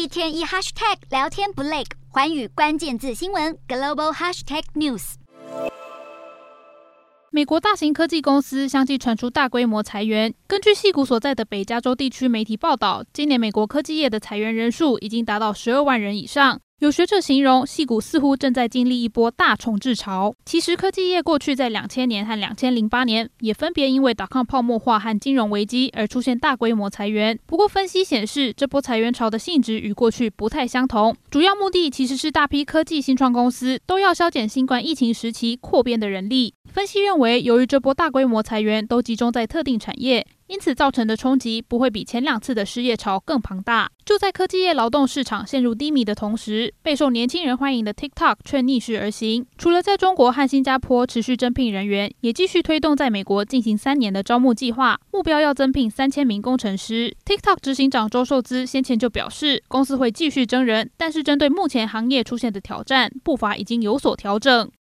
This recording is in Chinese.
一天一 hashtag 聊天不累，寰宇关键字新闻 global hashtag news。 美国大型科技公司相继传出大规模裁员。根据矽谷所在的北加州地区媒体报道，今年美国科技业的裁员人数已经达到12万人以上。有学者形容，矽谷似乎正在经历一波大重置潮。其实，科技业过去在2000年和2008年也分别因为.com泡沫化和金融危机而出现大规模裁员。不过，分析显示，这波裁员潮的性质与过去不太相同，主要目的其实是大批科技新创公司都要削减新冠疫情时期扩编的人力。分析认为，由于这波大规模裁员都集中在特定产业，因此造成的冲击不会比前2次的失业潮更庞大。就在科技业劳动市场陷入低迷的同时，备受年轻人欢迎的 TikTok 却逆势而行。除了在中国和新加坡持续征聘人员，也继续推动在美国进行3年的招募计划，目标要增聘3000名工程师。TikTok 执行长周受资先前就表示，公司会继续征人，但是针对目前行业出现的挑战，步伐已经有所调整。